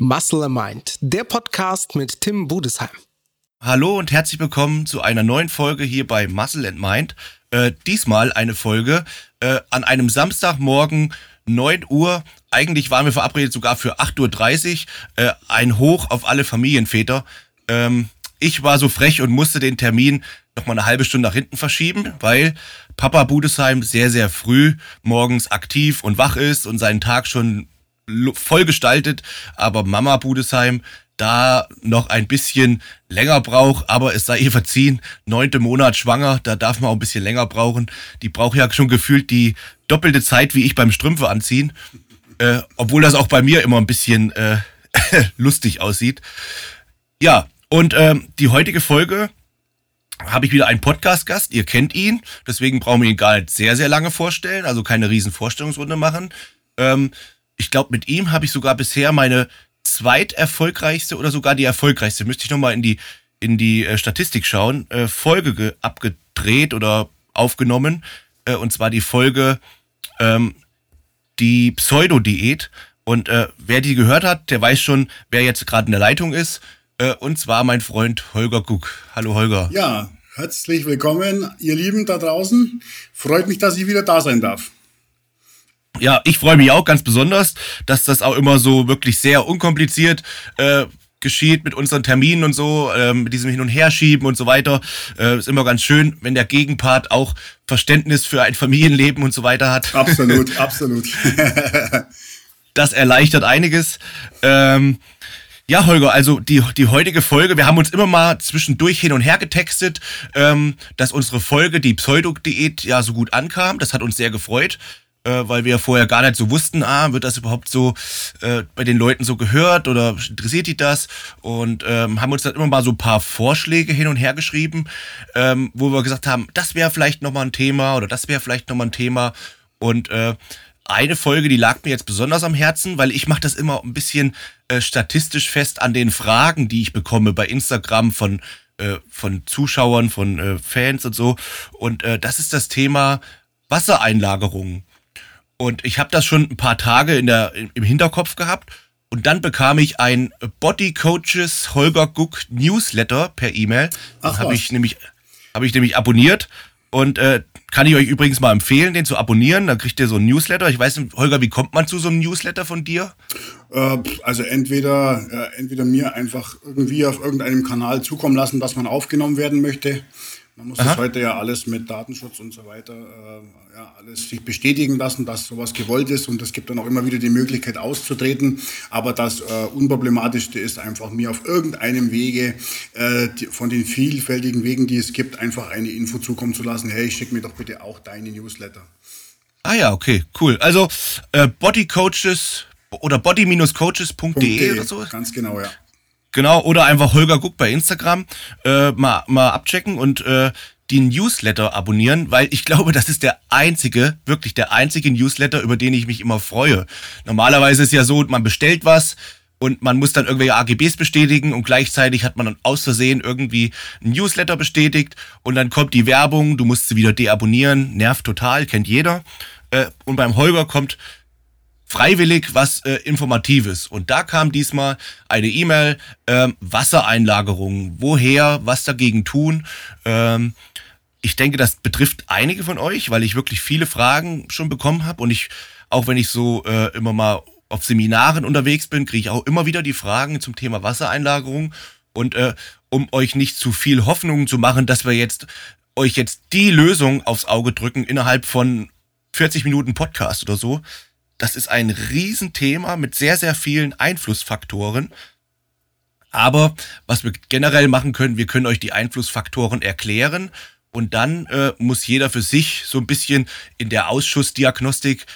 Muscle & Mind, der Podcast mit Tim Budesheim. Hallo und herzlich willkommen zu einer neuen Folge hier bei Muscle & Mind. Diesmal eine Folge an einem Samstagmorgen, 9 Uhr. Eigentlich waren wir verabredet sogar für 8.30 Uhr. Ein Hoch auf alle Familienväter. Ich war so frech und musste den Termin noch mal eine halbe Stunde nach hinten verschieben, weil Papa Budesheim sehr, sehr früh morgens aktiv und wach ist und seinen Tag schon voll gestaltet, aber Mama Budesheim da noch ein bisschen länger braucht, aber es sei ihr verziehen, 9. Monat schwanger, da darf man auch ein bisschen länger brauchen. Die braucht ja schon gefühlt die doppelte Zeit wie ich beim Strümpfe anziehen, obwohl das auch bei mir immer ein bisschen lustig aussieht. Ja, und die heutige Folge habe ich wieder einen Podcast-Gast, ihr kennt ihn, deswegen brauchen wir ihn gar nicht sehr, sehr lange vorstellen, also keine riesen Vorstellungsrunde machen. Ich glaube, mit ihm habe ich sogar bisher meine zweiterfolgreichste oder sogar die erfolgreichste, müsste ich nochmal in die Statistik schauen, Folge abgedreht oder aufgenommen. Und zwar die Folge die Pseudo-Diät. Und wer die gehört hat, der weiß schon, wer jetzt gerade in der Leitung ist. Und zwar mein Freund Holger Guck. Hallo Holger. Ja, herzlich willkommen, ihr Lieben da draußen. Freut mich, dass ich wieder da sein darf. Ja, ich freue mich auch ganz besonders, dass das auch immer so wirklich sehr unkompliziert geschieht mit unseren Terminen und so, mit diesem Hin- und Herschieben und so weiter. Ist immer ganz schön, wenn der Gegenpart auch Verständnis für ein Familienleben und so weiter hat. Absolut, absolut. Das erleichtert einiges. Ja, Holger, also die heutige Folge, wir haben uns immer mal zwischendurch hin und her getextet, dass unsere Folge, die Pseudo-Diät, ja so gut ankam. Das hat uns sehr gefreut, weil wir ja vorher gar nicht so wussten, wird das überhaupt so bei den Leuten so gehört oder interessiert die das? Und haben uns dann immer mal so ein paar Vorschläge hin und her geschrieben, wo wir gesagt haben, das wäre vielleicht nochmal ein Thema oder das wäre vielleicht nochmal ein Thema. Und eine Folge, die lag mir jetzt besonders am Herzen, weil ich mache das immer ein bisschen statistisch fest an den Fragen, die ich bekomme bei Instagram von Zuschauern, von Fans und so. Und das ist das Thema Wassereinlagerung. Und ich habe das schon ein paar Tage im Hinterkopf gehabt. Und dann bekam ich ein Body Coaches Holger Guck Newsletter per E-Mail. Das habe ich nämlich abonniert. Und kann ich euch übrigens mal empfehlen, den zu abonnieren. Dann kriegt ihr so ein Newsletter. Ich weiß nicht, Holger, wie kommt man zu so einem Newsletter von dir? Also entweder mir einfach irgendwie auf irgendeinem Kanal zukommen lassen, dass man aufgenommen werden möchte. Man muss das heute ja alles mit Datenschutz und so weiter alles sich bestätigen lassen, dass sowas gewollt ist, und es gibt dann auch immer wieder die Möglichkeit auszutreten. Aber das Unproblematischste ist einfach, mir auf irgendeinem Wege von den vielfältigen Wegen, die es gibt, einfach eine Info zukommen zu lassen. Hey, schick mir doch bitte auch deine Newsletter. Ah ja, okay, cool. Also Bodycoaches oder body-coaches.de oder so? Ganz genau, ja. Genau, oder einfach Holger Guck bei Instagram mal abchecken und die Newsletter abonnieren, weil ich glaube, das ist wirklich der einzige Newsletter, über den ich mich immer freue. Normalerweise ist ja so, man bestellt was und man muss dann irgendwelche AGBs bestätigen und gleichzeitig hat man dann aus Versehen irgendwie ein Newsletter bestätigt und dann kommt die Werbung, du musst sie wieder deabonnieren, nervt total, kennt jeder. Und beim Holger kommt freiwillig was Informatives. Und da kam diesmal eine E-Mail, Wassereinlagerung, woher, was dagegen tun. Ich denke, das betrifft einige von euch, weil ich wirklich viele Fragen schon bekommen habe. Und auch wenn ich so immer mal auf Seminaren unterwegs bin, kriege ich auch immer wieder die Fragen zum Thema Wassereinlagerung. Und um euch nicht zu viel Hoffnung zu machen, dass wir euch jetzt die Lösung aufs Auge drücken innerhalb von 40 Minuten Podcast oder so. Das ist ein Riesenthema mit sehr, sehr vielen Einflussfaktoren. Aber was wir generell machen können, wir können euch die Einflussfaktoren erklären und dann muss jeder für sich so ein bisschen in der Ausschussdiagnostik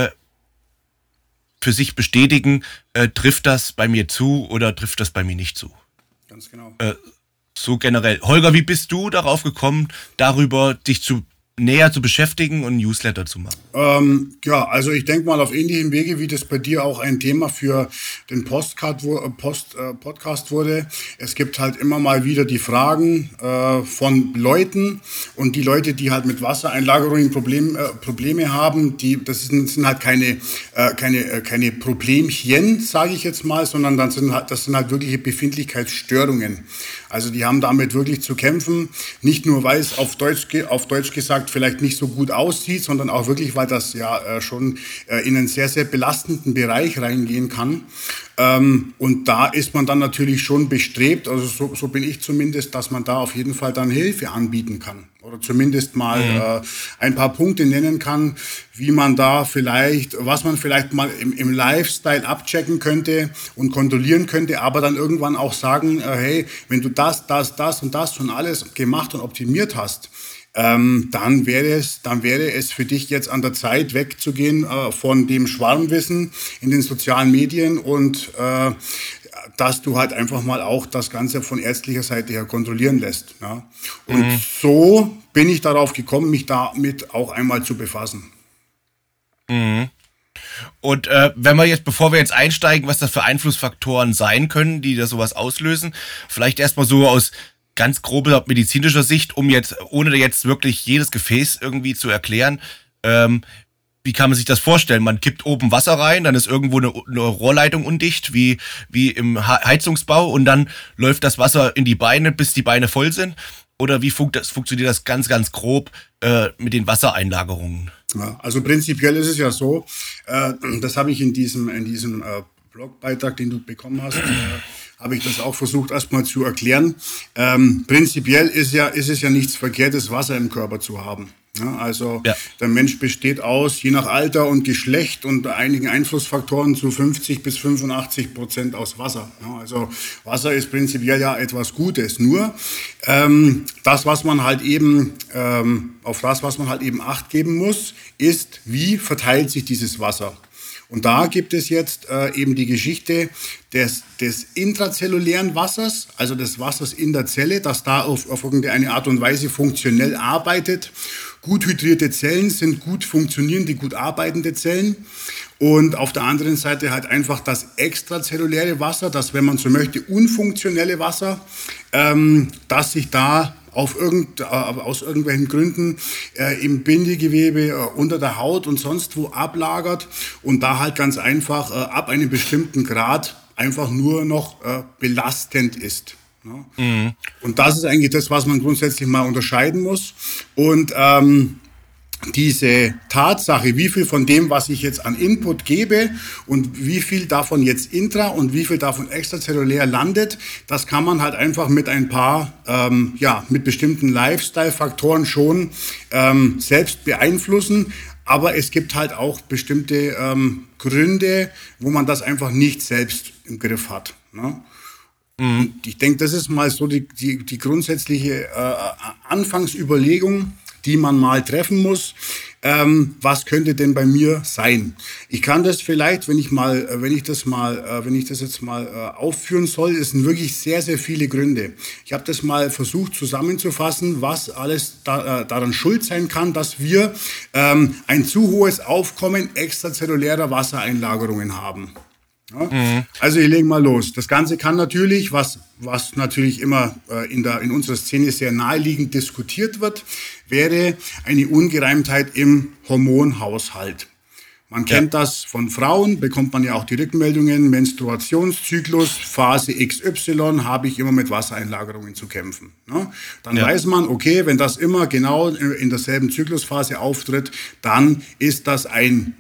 für sich bestätigen, trifft das bei mir zu oder trifft das bei mir nicht zu. Ganz genau. So generell. Holger, wie bist du darauf gekommen, darüber dich zu näher zu beschäftigen und Newsletter zu machen? Ja, also ich denke mal auf ähnlichem Wege, wie das bei dir auch ein Thema für den Podcast wurde. Es gibt halt immer mal wieder die Fragen von Leuten und die Leute, die halt mit Wassereinlagerungen Probleme haben, das sind halt keine Problemchen, sage ich jetzt mal, sondern das sind halt wirkliche Befindlichkeitsstörungen. Also die haben damit wirklich zu kämpfen, nicht nur weil es auf Deutsch gesagt vielleicht nicht so gut aussieht, sondern auch wirklich, weil das ja schon in einen sehr, sehr belastenden Bereich reingehen kann. Und da ist man dann natürlich schon bestrebt, also so bin ich zumindest, dass man da auf jeden Fall dann Hilfe anbieten kann. Oder zumindest mal ein paar Punkte nennen kann, was man vielleicht mal im Lifestyle abchecken könnte und kontrollieren könnte, aber dann irgendwann auch sagen, hey, wenn du das und das schon alles gemacht und optimiert hast, dann wäre es für dich jetzt an der Zeit, wegzugehen von dem Schwarmwissen in den sozialen Medien und dass du halt einfach mal auch das Ganze von ärztlicher Seite her kontrollieren lässt. Ja? Und so bin ich darauf gekommen, mich damit auch einmal zu befassen. Und bevor wir jetzt einsteigen, was das für Einflussfaktoren sein können, die da sowas auslösen, vielleicht erstmal so aus ganz grober medizinischer Sicht, ohne jetzt wirklich jedes Gefäß irgendwie zu erklären, wie kann man sich das vorstellen? Man kippt oben Wasser rein, dann ist irgendwo eine Rohrleitung undicht, wie im Heizungsbau, und dann läuft das Wasser in die Beine, bis die Beine voll sind? Oder wie funktioniert das ganz, ganz grob mit den Wassereinlagerungen? Ja, also prinzipiell ist es ja so, das habe ich in diesem Blogbeitrag, den du bekommen hast, habe ich das auch versucht erstmal zu erklären. Prinzipiell ist es ja nichts Verkehrtes, Wasser im Körper zu haben. Ja, also der Mensch besteht aus, je nach Alter und Geschlecht und einigen Einflussfaktoren, zu 50-85% aus Wasser. Ja, also Wasser ist prinzipiell ja etwas Gutes. Nur auf das, was man halt eben Acht geben muss, ist, wie verteilt sich dieses Wasser. Und da gibt es jetzt eben die Geschichte des intrazellulären Wassers, also des Wassers in der Zelle, das da auf irgendeine Art und Weise funktionell arbeitet. Gut hydrierte Zellen sind gut funktionierende, gut arbeitende Zellen. Und auf der anderen Seite halt einfach das extrazelluläre Wasser, das, wenn man so möchte, unfunktionelle Wasser, das sich da aus irgendwelchen Gründen im Bindegewebe, unter der Haut und sonst wo ablagert und da halt ganz einfach ab einem bestimmten Grad einfach nur noch belastend ist. Ja? Und das ist eigentlich das, was man grundsätzlich mal unterscheiden muss. Und diese Tatsache, wie viel von dem, was ich jetzt an Input gebe und wie viel davon jetzt intra und wie viel davon extrazellulär landet, das kann man halt einfach mit ein paar, mit bestimmten Lifestyle-Faktoren schon selbst beeinflussen. Aber es gibt halt auch bestimmte Gründe, wo man das einfach nicht selbst im Griff hat. Ne? Und ich denke, das ist mal so die grundsätzliche Anfangsüberlegung, die man mal treffen muss. Was könnte denn bei mir sein? Ich kann das vielleicht, wenn ich das jetzt mal aufführen soll, es sind wirklich sehr, sehr viele Gründe. Ich habe das mal versucht zusammenzufassen, was alles daran schuld sein kann, dass wir ein zu hohes Aufkommen extrazellulärer Wassereinlagerungen haben. Ja? Also ich lege mal los. Das Ganze kann natürlich, was natürlich immer in unserer Szene sehr naheliegend diskutiert wird, wäre eine Ungereimtheit im Hormonhaushalt. Man kennt das von Frauen, bekommt man ja auch die Rückmeldungen, Menstruationszyklus, Phase XY, habe ich immer mit Wassereinlagerungen zu kämpfen. Ne? Dann weiß man, okay, wenn das immer genau in derselben Zyklusphase auftritt, dann ist das ein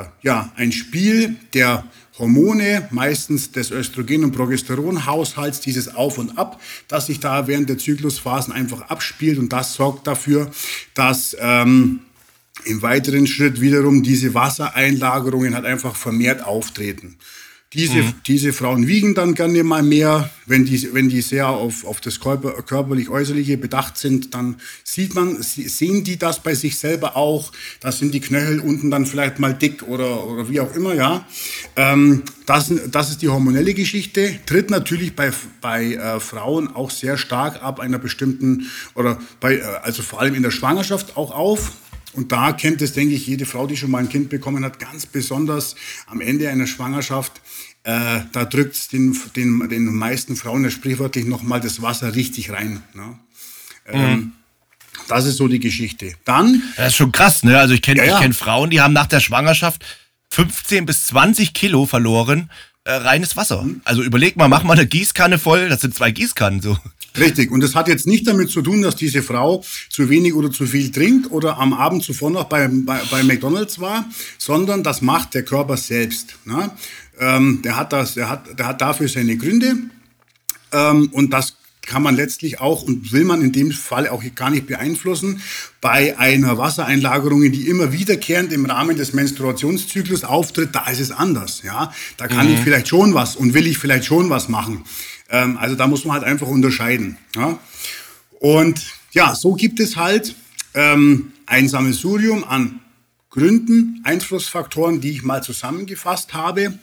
Spiel der Hormone, meistens des Östrogen- und Progesteronhaushalts, dieses Auf und Ab, das sich da während der Zyklusphasen einfach abspielt, und das sorgt dafür, dass im weiteren Schritt wiederum diese Wassereinlagerungen halt einfach vermehrt auftreten. Diese Frauen wiegen dann gerne mal mehr. Wenn die sehr auf das körperlich-äußerliche bedacht sind, dann sehen die das bei sich selber auch. Da sind die Knöchel unten dann vielleicht mal dick oder wie auch immer, ja. Das ist die hormonelle Geschichte. Tritt natürlich bei Frauen auch sehr stark ab einer bestimmten, also vor allem in der Schwangerschaft auch auf. Und da kennt es, denke ich, jede Frau, die schon mal ein Kind bekommen hat, ganz besonders am Ende einer Schwangerschaft. Da drückt es den meisten Frauen ja sprichwörtlich nochmal das Wasser richtig rein. Ne? Das ist so die Geschichte. Dann. Das ist schon krass, ne? Also ich kenn Frauen, die haben nach der Schwangerschaft 15 bis 20 Kilo verloren, reines Wasser. Also überleg mal, mach mal eine Gießkanne voll, das sind 2 Gießkannen so. Richtig. Und das hat jetzt nicht damit zu tun, dass diese Frau zu wenig oder zu viel trinkt oder am Abend zuvor noch bei McDonald's war, sondern das macht der Körper selbst. Ne? Der hat dafür seine Gründe. Und das kann man letztlich auch und will man in dem Fall auch gar nicht beeinflussen. Bei einer Wassereinlagerung, die immer wiederkehrend im Rahmen des Menstruationszyklus auftritt, da ist es anders. Ja? Da kann ich vielleicht schon was und will ich vielleicht schon was machen. Also da muss man halt einfach unterscheiden. Ja? Und ja, so gibt es halt ein Sammelsurium an Gründen, Einflussfaktoren, die ich mal zusammengefasst habe.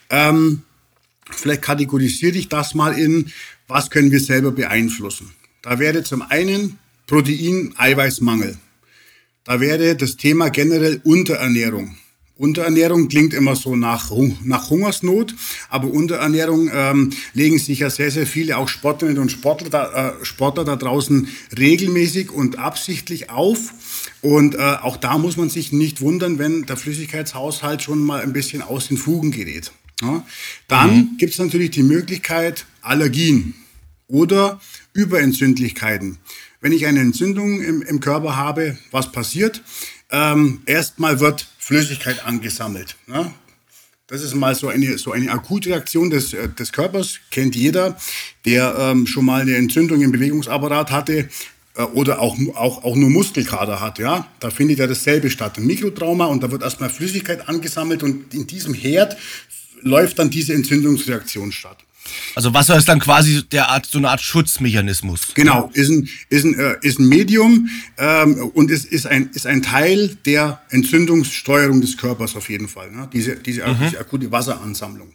Vielleicht kategorisiere ich das mal in, was können wir selber beeinflussen. Da wäre zum einen Protein-Eiweißmangel. Da wäre das Thema generell Unterernährung. Unterernährung klingt immer so nach Hungersnot, aber Unterernährung legen sich ja sehr, sehr viele, auch Sportlerinnen und Sportler da draußen regelmäßig und absichtlich auf. Und auch da muss man sich nicht wundern, wenn der Flüssigkeitshaushalt schon mal ein bisschen aus den Fugen gerät. Ja? Dann gibt es natürlich die Möglichkeit Allergien oder Überentzündlichkeiten. Wenn ich eine Entzündung im Körper habe, was passiert? Erstmal wird Flüssigkeit angesammelt. Ne? Das ist mal so eine Akutreaktion des Körpers, kennt jeder, der schon mal eine Entzündung im Bewegungsapparat hatte oder auch nur Muskelkater hat. Ja? Da findet ja dasselbe statt, ein Mikrotrauma, und da wird erstmal Flüssigkeit angesammelt und in diesem Herd läuft dann diese Entzündungsreaktion statt. Also Wasser ist dann quasi so eine Art Schutzmechanismus. Genau, ist ein Medium und ist ein Teil der Entzündungssteuerung des Körpers auf jeden Fall. Ne? Diese akute Wasseransammlung.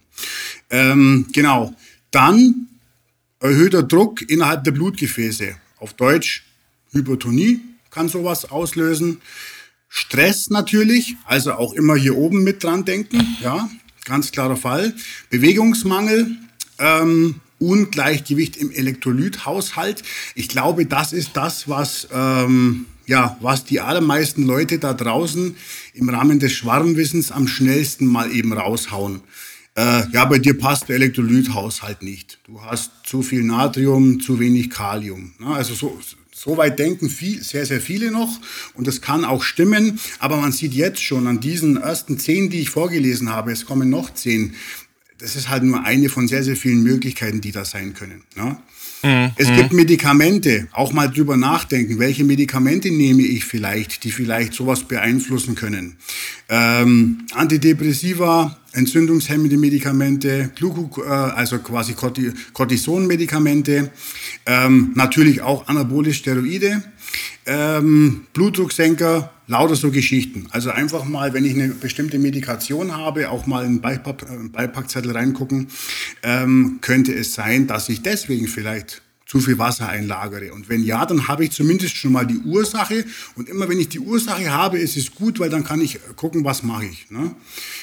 Genau. Dann erhöhter Druck innerhalb der Blutgefäße. Auf Deutsch Hypertonie kann sowas auslösen. Stress natürlich, also auch immer hier oben mit dran denken. Ja, ganz klarer Fall. Bewegungsmangel. Ungleichgewicht im Elektrolythaushalt. Ich glaube, das ist das, was die allermeisten Leute da draußen im Rahmen des Schwarmwissens am schnellsten mal eben raushauen. Bei dir passt der Elektrolythaushalt nicht. Du hast zu viel Natrium, zu wenig Kalium. Also so weit denken sehr, sehr viele noch, und das kann auch stimmen, aber man sieht jetzt schon an diesen ersten 10, die ich vorgelesen habe, es kommen noch 10, das ist halt nur eine von sehr, sehr vielen Möglichkeiten, die da sein können. Ne? Es gibt Medikamente, auch mal drüber nachdenken, welche Medikamente nehme ich vielleicht, die vielleicht sowas beeinflussen können. Antidepressiva, entzündungshemmende Medikamente, also quasi Cortisonmedikamente, natürlich auch anabole Steroide, Blutdrucksenker, lauter so Geschichten. Also einfach mal, wenn ich eine bestimmte Medikation habe, auch mal in einen Beipackzettel reingucken, könnte es sein, dass ich deswegen vielleicht zu viel Wasser einlagere. Und wenn ja, dann habe ich zumindest schon mal die Ursache. Und immer wenn ich die Ursache habe, ist es gut, weil dann kann ich gucken, was mache ich. Ne?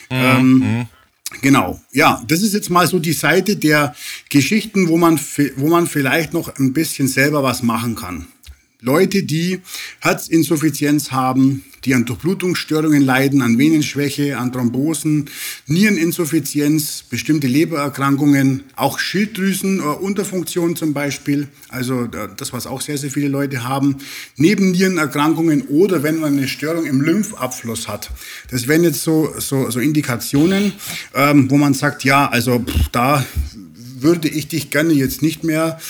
Genau, ja, das ist jetzt mal so die Seite der Geschichten, wo man vielleicht noch ein bisschen selber was machen kann. Leute, die Herzinsuffizienz haben, die an Durchblutungsstörungen leiden, an Venenschwäche, an Thrombosen, Niereninsuffizienz, bestimmte Lebererkrankungen, auch Schilddrüsenunterfunktion zum Beispiel, also das, was auch sehr, sehr viele Leute haben, Nebennierenerkrankungen oder wenn man eine Störung im Lymphabfluss hat. Das wären jetzt so Indikationen, wo man sagt, ja, also da würde ich dich gerne jetzt nicht mehr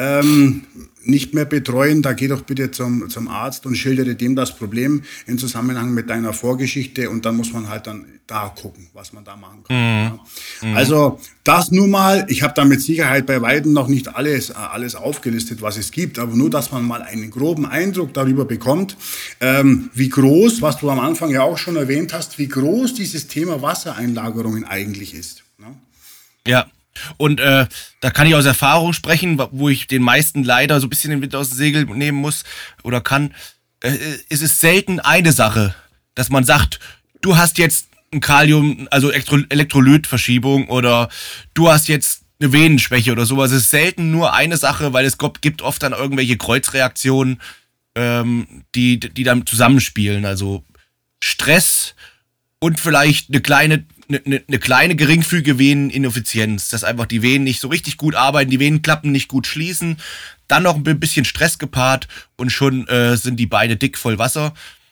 betreuen, da geh doch bitte zum Arzt und schildere dem das Problem im Zusammenhang mit deiner Vorgeschichte und dann muss man halt dann da gucken, was man da machen kann. Ja. Also das nur mal, ich habe da mit Sicherheit bei weitem noch nicht alles aufgelistet, was es gibt, aber nur, dass man mal einen groben Eindruck darüber bekommt, wie groß, was du am Anfang ja auch schon erwähnt hast, wie groß dieses Thema Wassereinlagerungen eigentlich ist. Ne? Ja. Und da kann ich aus Erfahrung sprechen, wo ich den meisten leider so ein bisschen den Wind aus dem Segel nehmen muss oder kann. Es ist selten eine Sache, dass man sagt, du hast jetzt ein Kalium, also Elektrolytverschiebung oder du hast jetzt eine Venenschwäche oder sowas. Es ist selten nur eine Sache, weil es gibt oft dann irgendwelche Kreuzreaktionen, die dann zusammenspielen. Also Stress und vielleicht eine kleine geringfügige Venenineffizienz, dass einfach die Venen nicht so richtig gut arbeiten, die Venenklappen nicht gut schließen, dann noch ein bisschen Stress gepaart und schon sind die Beine dick voll Wasser.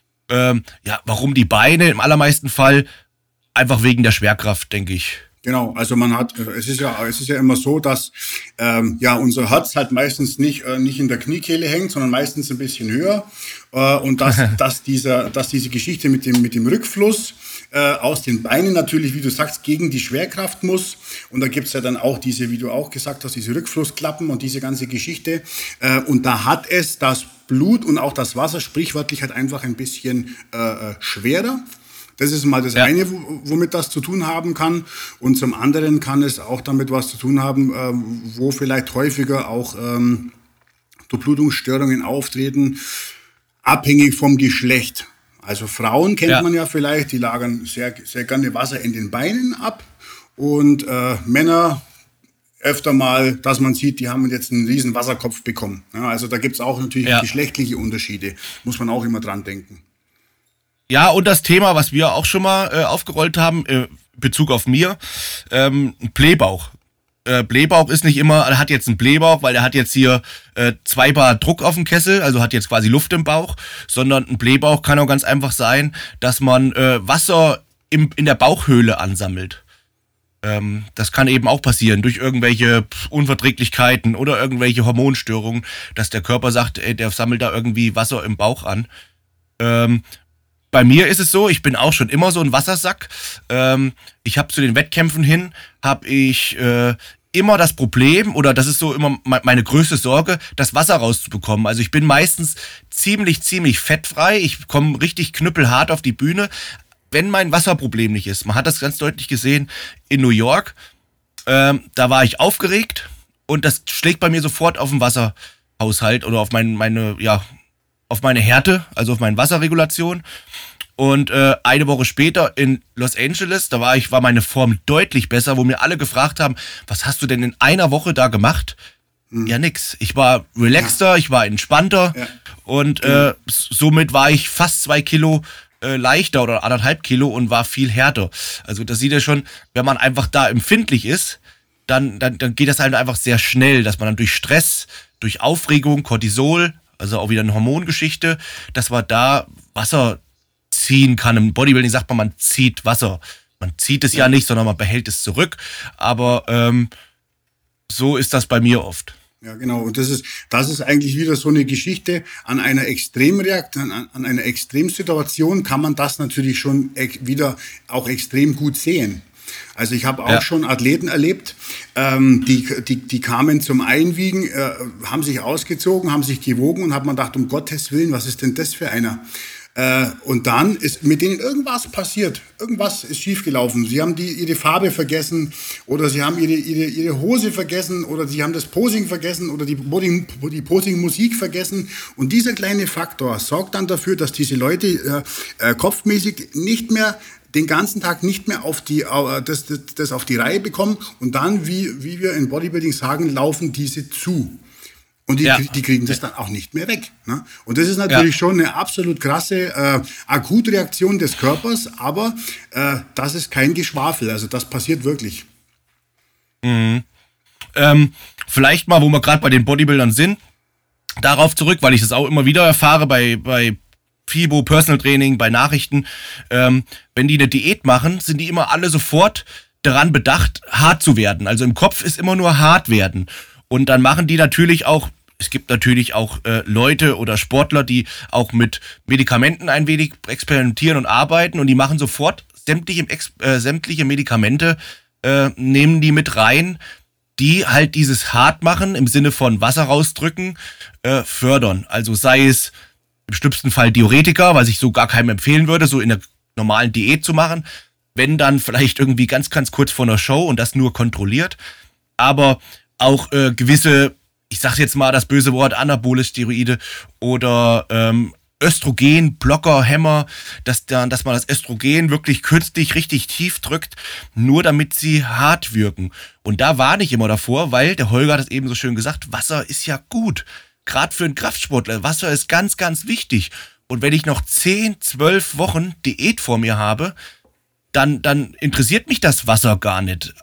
Warum die Beine? Im allermeisten Fall einfach wegen der Schwerkraft, denke ich. Genau, also es ist ja immer so, dass unser Herz halt meistens nicht in der Kniekehle hängt, sondern meistens ein bisschen höher und dass diese Geschichte mit dem Rückfluss aus den Beinen natürlich, wie du sagst, gegen die Schwerkraft muss. Und da gibt's ja dann auch diese, wie du auch gesagt hast, diese Rückflussklappen und diese ganze Geschichte. Und da hat es das Blut und auch das Wasser sprichwörtlich halt einfach ein bisschen schwerer. Das ist mal das eine, womit das zu tun haben kann. Und zum anderen kann es auch damit was zu tun haben, wo vielleicht häufiger auch Durchblutungsstörungen auftreten, abhängig vom Geschlecht. Also Frauen kennt man ja vielleicht, die lagern sehr, sehr gerne Wasser in den Beinen ab. Und Männer öfter mal, dass man sieht, die haben jetzt einen riesen Wasserkopf bekommen. Ja, also da gibt's auch natürlich geschlechtliche Unterschiede. Muss man auch immer dran denken. Ja, und das Thema, was wir auch schon mal aufgerollt haben, in Bezug auf mir, Blähbauch. Blähbauch ist nicht immer, er hat jetzt einen Blähbauch, weil er hat jetzt hier 2 Bar Druck auf dem Kessel, also hat jetzt quasi Luft im Bauch, sondern ein Blähbauch kann auch ganz einfach sein, dass man Wasser in der Bauchhöhle ansammelt. Das kann eben auch passieren durch irgendwelche Unverträglichkeiten oder irgendwelche Hormonstörungen, dass der Körper sagt, der sammelt da irgendwie Wasser im Bauch an. Bei mir ist es so, ich bin auch schon immer so ein Wassersack. Ich habe zu den Wettkämpfen hin, habe ich immer das Problem, oder das ist so immer meine größte Sorge, das Wasser rauszubekommen. Also ich bin meistens ziemlich fettfrei, ich komme richtig knüppelhart auf die Bühne, wenn mein Wasserproblem nicht ist. Man hat das ganz deutlich gesehen in New York. Da war ich aufgeregt und das schlägt bei mir sofort auf den Wasserhaushalt oder auf meine Härte, also auf meine Wasserregulation. Und eine Woche später in Los Angeles, da war meine Form deutlich besser, wo mir alle gefragt haben, was hast du denn in einer Woche da gemacht? Ja, nix. Ich war relaxter, ich war entspannter und somit war ich fast 2 Kilo leichter oder 1,5 Kilo und war viel härter. Also das sieht ja schon, wenn man einfach da empfindlich ist, dann geht das halt einfach sehr schnell, dass man dann durch Stress, durch Aufregung, Cortisol, also auch wieder eine Hormongeschichte, dass man da Wasser ziehen kann. Im Bodybuilding sagt man zieht Wasser. Man zieht es ja nicht, sondern man behält es zurück. Aber so ist das bei mir oft. Ja, genau. Und das ist eigentlich wieder so eine Geschichte. An einer Extremreaktion, an einer Extremsituation kann man das natürlich schon wieder auch extrem gut sehen. Also ich habe auch schon Athleten erlebt, die kamen zum Einwiegen, haben sich ausgezogen, haben sich gewogen und hat man gedacht, um Gottes Willen, was ist denn das für einer? Und dann ist mit denen irgendwas passiert. Irgendwas ist schiefgelaufen. Sie haben ihre Farbe vergessen oder sie haben ihre Hose vergessen oder sie haben das Posing vergessen oder die Posing-Musik vergessen. Und dieser kleine Faktor sorgt dann dafür, dass diese Leute kopfmäßig nicht mehr den ganzen Tag nicht mehr das auf die Reihe bekommen und dann, wie wir in Bodybuilding sagen, laufen diese zu. Und die kriegen das dann auch nicht mehr weg. Ne? Und das ist natürlich schon eine absolut krasse Akutreaktion des Körpers, aber das ist kein Geschwafel. Also das passiert wirklich. Mhm. Vielleicht mal, wo wir gerade bei den Bodybuildern sind, darauf zurück, weil ich das auch immer wieder erfahre bei FIBO, Personal Training, bei Nachrichten. Wenn die eine Diät machen, sind die immer alle sofort daran bedacht, hart zu werden. Also im Kopf ist immer nur hart werden. Und dann machen die natürlich auch, es gibt natürlich auch Leute oder Sportler, die auch mit Medikamenten ein wenig experimentieren und arbeiten und die machen sofort sämtliche Medikamente, nehmen die mit rein, die halt dieses hart machen, im Sinne von Wasser rausdrücken, fördern. Also sei es im schlimmsten Fall Diuretika, was ich so gar keinem empfehlen würde, so in der normalen Diät zu machen, wenn dann vielleicht irgendwie ganz, ganz kurz vor einer Show und das nur kontrolliert. Aber auch gewisse, ich sag jetzt mal das böse Wort, anabole Steroide oder Östrogen, Blocker, Hämmer, dass man das Östrogen wirklich künstlich richtig tief drückt, nur damit sie hart wirken. Und da warne ich immer davor, weil der Holger hat es eben so schön gesagt, Wasser ist ja gut. Gerade für einen Kraftsportler, Wasser ist ganz, ganz wichtig. Und wenn ich noch 10, 12 Wochen Diät vor mir habe, dann interessiert mich das Wasser gar nicht.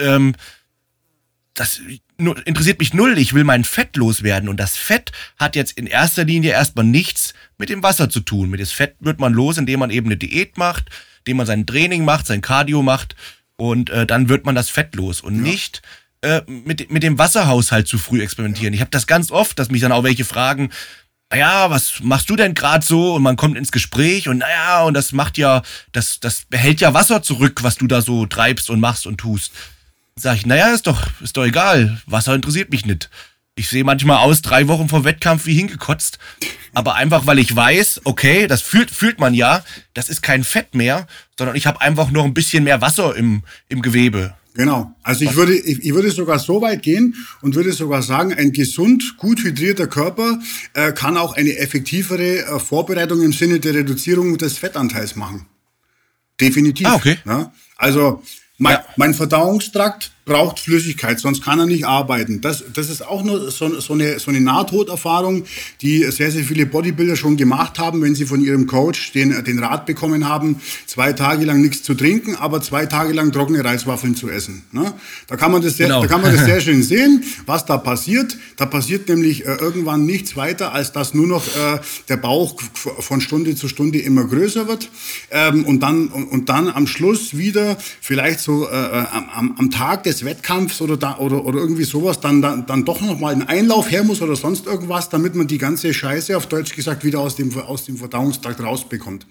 Das interessiert mich null. Ich will mein Fett loswerden. Und das Fett hat jetzt in erster Linie erstmal nichts mit dem Wasser zu tun. Mit dem Fett wird man los, indem man eben eine Diät macht, indem man sein Training macht, sein Cardio macht. Und dann wird man das Fett los. Und nicht mit dem Wasserhaushalt zu früh experimentieren. Ich habe das ganz oft, dass mich dann auch welche fragen, naja, was machst du denn gerade so? Und man kommt ins Gespräch und naja, und das macht ja, das behält ja Wasser zurück, was du da so treibst und machst und tust. Sag ich, naja, ist doch egal. Wasser interessiert mich nicht. Ich sehe manchmal aus, 3 Wochen vor Wettkampf wie hingekotzt. Aber einfach, weil ich weiß, okay, das fühlt man ja, das ist kein Fett mehr, sondern ich habe einfach noch ein bisschen mehr Wasser im Gewebe. Genau. Also ich würde sogar so weit gehen und würde sogar sagen, ein gesund, gut hydrierter Körper kann auch eine effektivere Vorbereitung im Sinne der Reduzierung des Fettanteils machen. Definitiv. Okay. Ja? Also mein Verdauungstrakt braucht Flüssigkeit, sonst kann er nicht arbeiten. Das ist auch nur so eine Nahtoderfahrung, die sehr, sehr viele Bodybuilder schon gemacht haben, wenn sie von ihrem Coach den Rat bekommen haben, 2 Tage lang nichts zu trinken, aber 2 Tage lang trockene Reiswaffeln zu essen. Ne? Da kann man das sehr schön sehen, was da passiert. Da passiert nämlich irgendwann nichts weiter, als dass nur noch der Bauch von Stunde zu Stunde immer größer wird und dann am Schluss wieder vielleicht so am Tag des Wettkampfs oder irgendwie sowas, dann doch nochmal ein Einlauf her muss oder sonst irgendwas, damit man die ganze Scheiße, auf Deutsch gesagt, wieder aus dem Verdauungstrakt rausbekommt.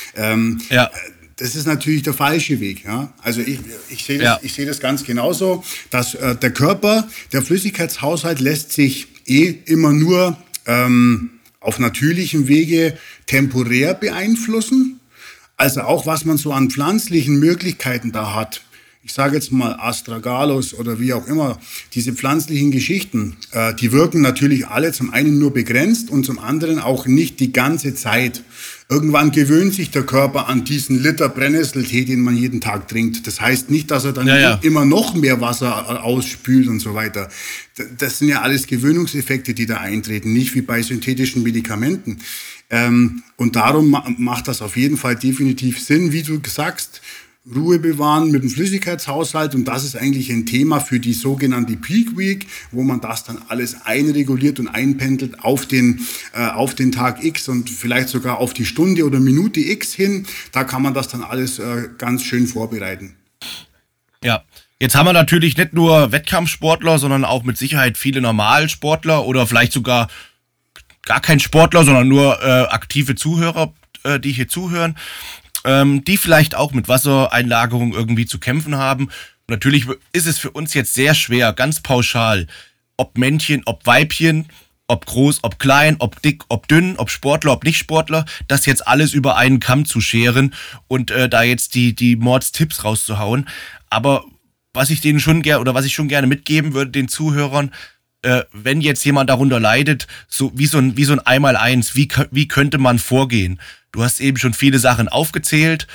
Das ist natürlich der falsche Weg. Ja? Also ich sehe das ganz genauso, dass der Körper, der Flüssigkeitshaushalt lässt sich immer nur auf natürlichem Wege temporär beeinflussen. Also auch, was man so an pflanzlichen Möglichkeiten da hat. Ich sage jetzt mal Astragalus oder wie auch immer, diese pflanzlichen Geschichten, die wirken natürlich alle zum einen nur begrenzt und zum anderen auch nicht die ganze Zeit. Irgendwann gewöhnt sich der Körper an diesen Liter Brennnesseltee, den man jeden Tag trinkt. Das heißt nicht, dass er dann immer noch mehr Wasser ausspült und so weiter. Das sind ja alles Gewöhnungseffekte, die da eintreten, nicht wie bei synthetischen Medikamenten. Und darum macht das auf jeden Fall definitiv Sinn, wie du sagst, Ruhe bewahren mit dem Flüssigkeitshaushalt, und das ist eigentlich ein Thema für die sogenannte Peak Week, wo man das dann alles einreguliert und einpendelt auf den Tag X und vielleicht sogar auf die Stunde oder Minute X hin. Da kann man das dann alles ganz schön vorbereiten. Ja, jetzt haben wir natürlich nicht nur Wettkampfsportler, sondern auch mit Sicherheit viele Normalsportler oder vielleicht sogar gar kein Sportler, sondern nur aktive Zuhörer, die hier zuhören, die vielleicht auch mit Wassereinlagerung irgendwie zu kämpfen haben. Und natürlich ist es für uns jetzt sehr schwer, ganz pauschal, ob Männchen, ob Weibchen, ob groß, ob klein, ob dick, ob dünn, ob Sportler, ob Nicht-Sportler, das jetzt alles über einen Kamm zu scheren und da jetzt die Mordstipps rauszuhauen. Aber was ich schon gerne mitgeben würde den Zuhörern, wenn jetzt jemand darunter leidet, so wie so ein 1x1, wie könnte man vorgehen? Du hast eben schon viele Sachen aufgezählt.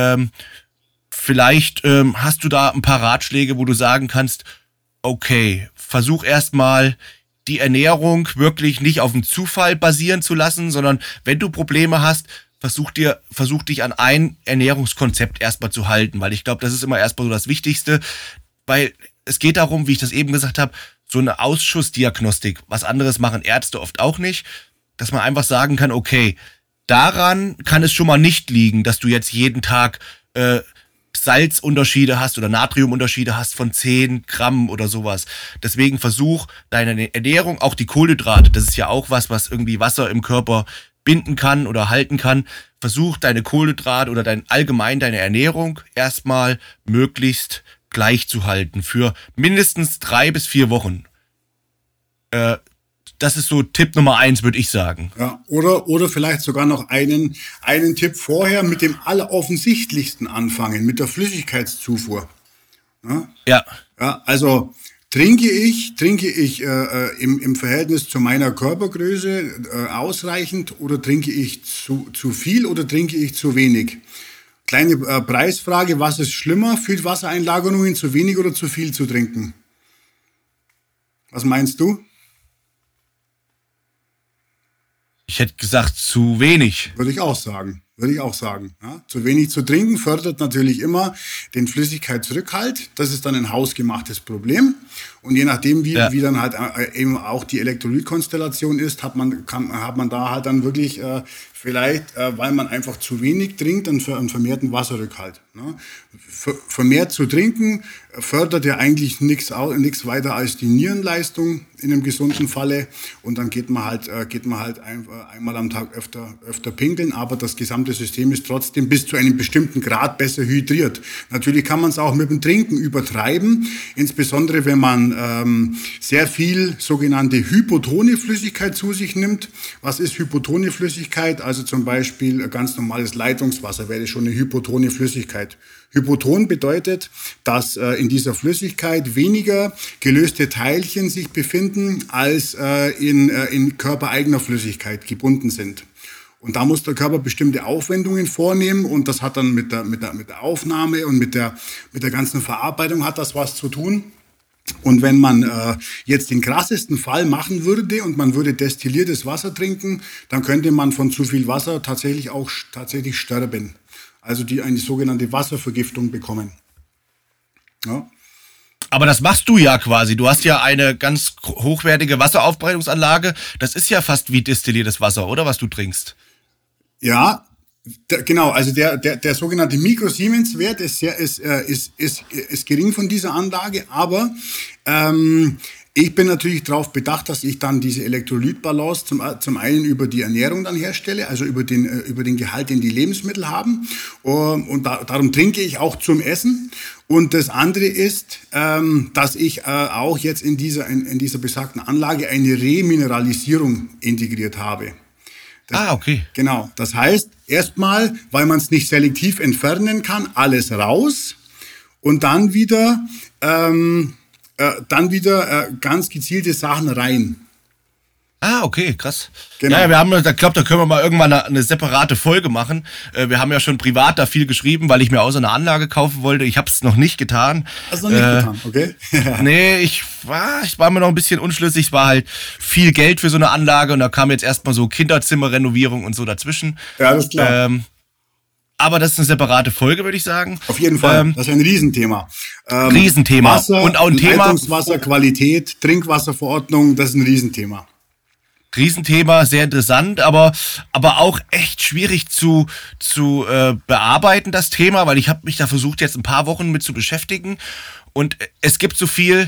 Vielleicht hast du da ein paar Ratschläge, wo du sagen kannst, okay, versuch erstmal die Ernährung wirklich nicht auf dem Zufall basieren zu lassen, sondern wenn du Probleme hast, versuch dich an ein Ernährungskonzept erstmal zu halten, weil ich glaube, das ist immer erstmal so das Wichtigste, weil es geht darum, wie ich das eben gesagt habe, so eine Ausschussdiagnostik. Was anderes machen Ärzte oft auch nicht, dass man einfach sagen kann, okay, daran kann es schon mal nicht liegen, dass du jetzt jeden Tag Salzunterschiede hast oder Natriumunterschiede hast von 10 Gramm oder sowas. Deswegen versuch deine Ernährung, auch die Kohlenhydrate, das ist ja auch was irgendwie Wasser im Körper binden kann oder halten kann. Versuch deine Kohlenhydrate oder deine Ernährung erstmal möglichst gleich zu halten für mindestens 3 bis 4 Wochen. Das ist so Tipp Nummer 1, würde ich sagen. Ja, oder vielleicht sogar noch einen Tipp vorher mit dem alleroffensichtlichsten anfangen, mit der Flüssigkeitszufuhr. Ja. Ja, also trinke ich im Verhältnis zu meiner Körpergröße ausreichend oder trinke ich zu viel oder trinke ich zu wenig? Kleine Preisfrage, was ist schlimmer, viel Wassereinlagerungen, zu wenig oder zu viel zu trinken? Was meinst du? Ich hätte gesagt, zu wenig. Würde ich auch sagen. Ja, zu wenig zu trinken fördert natürlich immer den Flüssigkeitsrückhalt. Das ist dann ein hausgemachtes Problem. Und je nachdem, wie dann halt eben auch die Elektrolytkonstellation ist, hat man da halt dann wirklich vielleicht, weil man einfach zu wenig trinkt, einen vermehrten Wasserrückhalt. Ne? Vermehrt zu trinken fördert ja eigentlich nichts weiter als die Nierenleistung in einem gesunden Falle. Und dann geht man halt einmal am Tag öfter pinkeln, aber das gesamte System ist trotzdem bis zu einem bestimmten Grad besser hydriert. Natürlich kann man es auch mit dem Trinken übertreiben, insbesondere wenn man sehr viel sogenannte hypotone Flüssigkeit zu sich nimmt. Was ist hypotone Flüssigkeit? Also zum Beispiel ganz normales Leitungswasser wäre schon eine hypotone Flüssigkeit. Hypoton bedeutet, dass in dieser Flüssigkeit weniger gelöste Teilchen sich befinden, als in körpereigener Flüssigkeit gebunden sind. Und da muss der Körper bestimmte Aufwendungen vornehmen und das hat dann mit der Aufnahme und mit der ganzen Verarbeitung hat das was zu tun. Und wenn man jetzt den krassesten Fall machen würde und man würde destilliertes Wasser trinken, dann könnte man von zu viel Wasser tatsächlich sterben. Also eine sogenannte Wasservergiftung bekommen. Ja. Aber das machst du ja quasi. Du hast ja eine ganz hochwertige Wasseraufbereitungsanlage. Das ist ja fast wie destilliertes Wasser, oder? Was du trinkst. Ja, genau. Also der sogenannte Mikrosiemens-Wert ist gering von dieser Anlage, aber ich bin natürlich darauf bedacht, dass ich dann diese Elektrolytbalance zum einen über die Ernährung dann herstelle, also über den Gehalt, den die Lebensmittel haben. Und darum trinke ich auch zum Essen. Und das andere ist, dass ich auch jetzt in dieser besagten Anlage eine Remineralisierung integriert habe. Okay. Genau. Das heißt, erstmal, weil man es nicht selektiv entfernen kann, alles raus und dann wieder ganz gezielte Sachen rein. Okay, krass. Genau. Ja, da können wir mal irgendwann eine separate Folge machen. Wir haben ja schon privat da viel geschrieben, weil ich mir auch so eine Anlage kaufen wollte. Ich habe es noch nicht getan. Hast du noch nicht getan, okay? Nee, ich war mir noch ein bisschen unschlüssig. Es war halt viel Geld für so eine Anlage und da kam jetzt erstmal so Kinderzimmerrenovierung und so dazwischen. Ja, das ist klar. Aber das ist eine separate Folge, würde ich sagen. Auf jeden Fall. Das ist ein Riesenthema. Riesenthema. Wasser, und auch ein Thema. Leitungswasserqualität, Trinkwasserverordnung, das ist ein Riesenthema. Riesenthema, sehr interessant, aber auch echt schwierig zu bearbeiten, das Thema, weil ich habe mich da versucht, jetzt ein paar Wochen mit zu beschäftigen und es gibt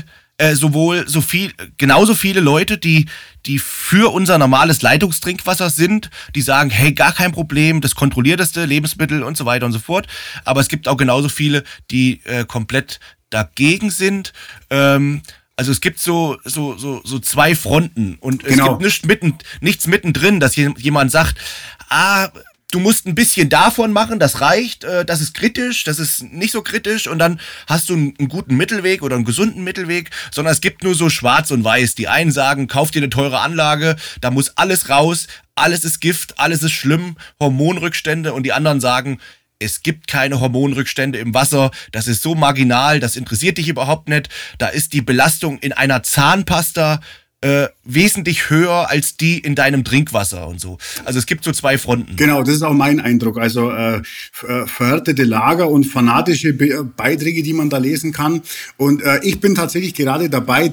genauso viele Leute, die für unser normales Leitungstrinkwasser sind, die sagen, hey, gar kein Problem, das kontrollierteste Lebensmittel und so weiter und so fort, aber es gibt auch genauso viele, die komplett dagegen sind. Also es gibt so zwei Fronten und Genau. Es gibt nichts mittendrin, dass jemand sagt, du musst ein bisschen davon machen, das reicht, das ist kritisch, das ist nicht so kritisch und dann hast du einen guten Mittelweg oder einen gesunden Mittelweg, sondern es gibt nur so schwarz und weiß. Die einen sagen, kauf dir eine teure Anlage, da muss alles raus, alles ist Gift, alles ist schlimm, Hormonrückstände und die anderen sagen, es gibt keine Hormonrückstände im Wasser, das ist so marginal, das interessiert dich überhaupt nicht. Da ist die Belastung in einer Zahnpasta wesentlich höher als die in deinem Trinkwasser und so. Also es gibt so zwei Fronten. Genau, das ist auch mein Eindruck. Also verhärtete Lager und fanatische Beiträge, die man da lesen kann. Und ich bin tatsächlich gerade dabei,